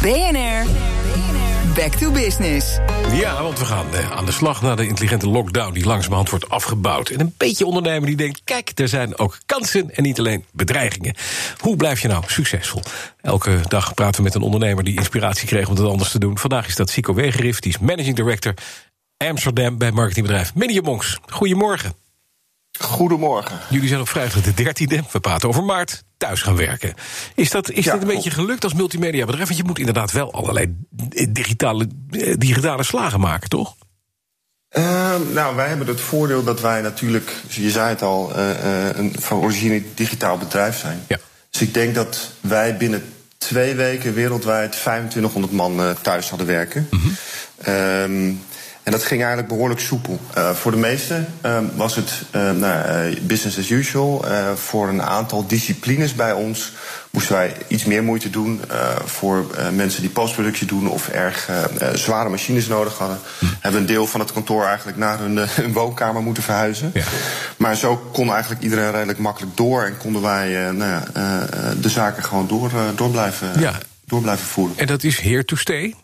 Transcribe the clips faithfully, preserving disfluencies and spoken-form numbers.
B N R, Back to Business. Ja, want we gaan uh, aan de slag naar de intelligente lockdown die langzamerhand wordt afgebouwd. En een beetje ondernemer die denkt, kijk, er zijn ook kansen en niet alleen bedreigingen. Hoe blijf je nou succesvol? Elke dag praten we met een ondernemer die inspiratie kreeg om het anders te doen. Vandaag is dat Sico Wegerif, die is Managing Director Amsterdam bij marketingbedrijf Media Monks. Goedemorgen. Goedemorgen. Jullie zijn op vrijdag de dertiende, we praten over maart, thuis gaan werken. Is dat, is ja, dit een beetje gelukt als multimediabedrijf? Want je moet inderdaad wel allerlei digitale, digitale slagen maken, toch? Uh, nou, wij hebben het voordeel dat wij natuurlijk, je zei het al, uh, uh, een van origine digitaal bedrijf zijn. Ja. Dus ik denk dat wij binnen twee weken wereldwijd vijfentwintighonderd man uh, thuis hadden werken. Mm-hmm. Um, En dat ging eigenlijk behoorlijk soepel. Uh, voor de meesten uh, was het uh, nou, uh, business as usual. Uh, voor een aantal disciplines bij ons moesten wij iets meer moeite doen. Uh, voor uh, mensen die postproductie doen of erg uh, uh, zware machines nodig hadden, hm. hebben een deel van het kantoor eigenlijk naar hun, uh, hun woonkamer moeten verhuizen. Ja. Maar zo kon eigenlijk iedereen redelijk makkelijk door en konden wij uh, nou ja, uh, de zaken gewoon door, uh, door, blijven, ja. door blijven voeren. En dat is here to stay?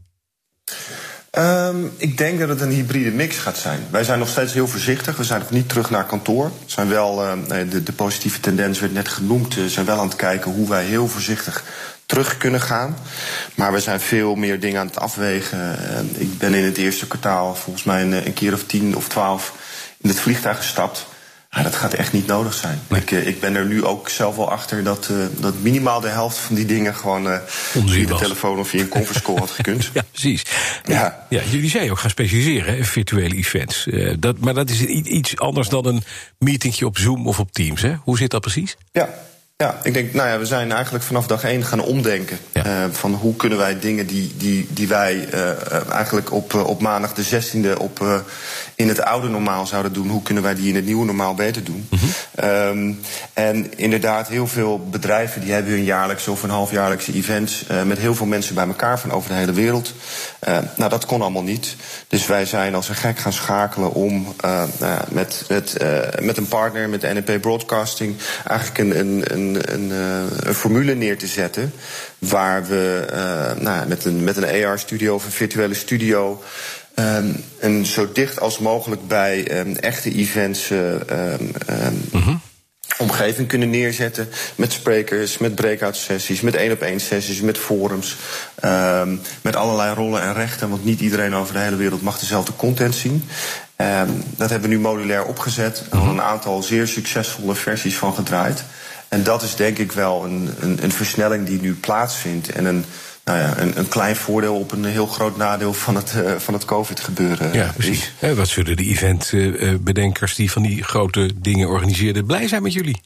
Um, ik denk dat het een hybride mix gaat zijn. Wij zijn nog steeds heel voorzichtig. We zijn nog niet terug naar kantoor. We zijn wel, uh, de, de positieve tendens werd net genoemd. We zijn wel aan het kijken hoe wij heel voorzichtig terug kunnen gaan. Maar we zijn veel meer dingen aan het afwegen. Uh, ik ben in het eerste kwartaal volgens mij een, een keer of tien of twaalf in het vliegtuig gestapt. Ja, dat gaat echt niet nodig zijn. Nee. Ik, ik ben er nu ook zelf wel achter dat, uh, dat minimaal de helft van die dingen gewoon uh, via de telefoon of via een conference call had gekund. Ja, precies. Ja. Ja, jullie zijn ook gaan specialiseren in virtuele events. Uh, dat, maar dat is iets anders dan een meetingje op Zoom of op Teams, hè? Hoe zit dat precies? Ja. Ja, ik denk, nou ja, we zijn eigenlijk vanaf dag één gaan omdenken. Ja. Uh, van hoe kunnen wij dingen die, die, die wij uh, eigenlijk op, uh, op maandag de zestiende op, uh, in het oude normaal zouden doen, hoe kunnen wij die in het nieuwe normaal beter doen? Mm-hmm. Um, en inderdaad, heel veel bedrijven die hebben hun jaarlijkse of een halfjaarlijkse events uh, met heel veel mensen bij elkaar van over de hele wereld. Uh, nou, dat kon allemaal niet. Dus wij zijn als een gek gaan schakelen om uh, uh, met, met, uh, met een partner, met N N P Broadcasting, eigenlijk een, een, een Een, een, een formule neer te zetten waar we uh, nou, met een, met een A R-studio of een virtuele studio um, een zo dicht als mogelijk bij um, echte events uh, um, mm-hmm. omgeving kunnen neerzetten. Met sprekers, met breakout sessies, met één-op-één sessies, met forums, um, met allerlei rollen en rechten, want niet iedereen over de hele wereld mag dezelfde content zien. Um, dat hebben we nu modulair opgezet en mm-hmm. een aantal zeer succesvolle versies van gedraaid. En dat is denk ik wel een, een, een versnelling die nu plaatsvindt. En een, nou ja, een, een klein voordeel op een heel groot nadeel van het, uh, van het COVID-gebeuren. Ja, precies. He, wat zullen de eventbedenkers die van die grote dingen organiseerden blij zijn met jullie?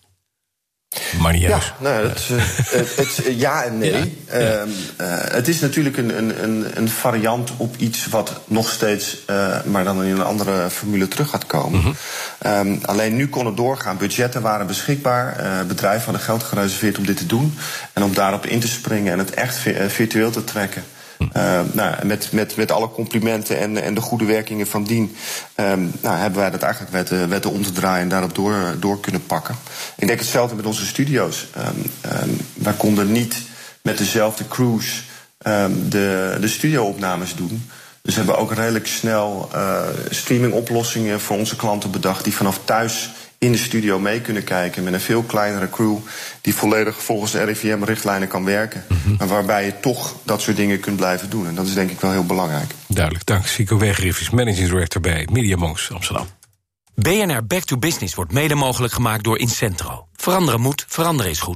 Maar niet juist. Ja, nou, het, uh, het, het, uh, ja en nee. Ja, ja. Um, uh, het is natuurlijk een, een, een variant op iets wat nog steeds, uh, maar dan in een andere formule terug gaat komen. Mm-hmm. Um, alleen nu kon het doorgaan. Budgetten waren beschikbaar. Uh, bedrijven hadden geld gereserveerd om dit te doen. En om daarop in te springen en het echt virtueel te trekken. Uh, nou, met, met, met alle complimenten en, en de goede werkingen van dien um, nou, hebben wij dat eigenlijk wetten, wetten om te draaien en daarop door, door kunnen pakken. Ik denk hetzelfde met onze studio's. Um, um, wij konden niet met dezelfde crews um, de, de studio-opnames doen. Dus hebben we ook redelijk snel uh, streaming-oplossingen voor onze klanten bedacht die vanaf thuis in de studio mee kunnen kijken met een veel kleinere crew die volledig volgens de R I V M-richtlijnen kan werken. Mm-hmm. Maar waarbij je toch dat soort dingen kunt blijven doen. En dat is denk ik wel heel belangrijk. Duidelijk. Dank. Sico Wegerif, Managing Director bij Media Monks Amsterdam. B N R Back to Business wordt mede mogelijk gemaakt door Incentro. Veranderen moet, veranderen is goed.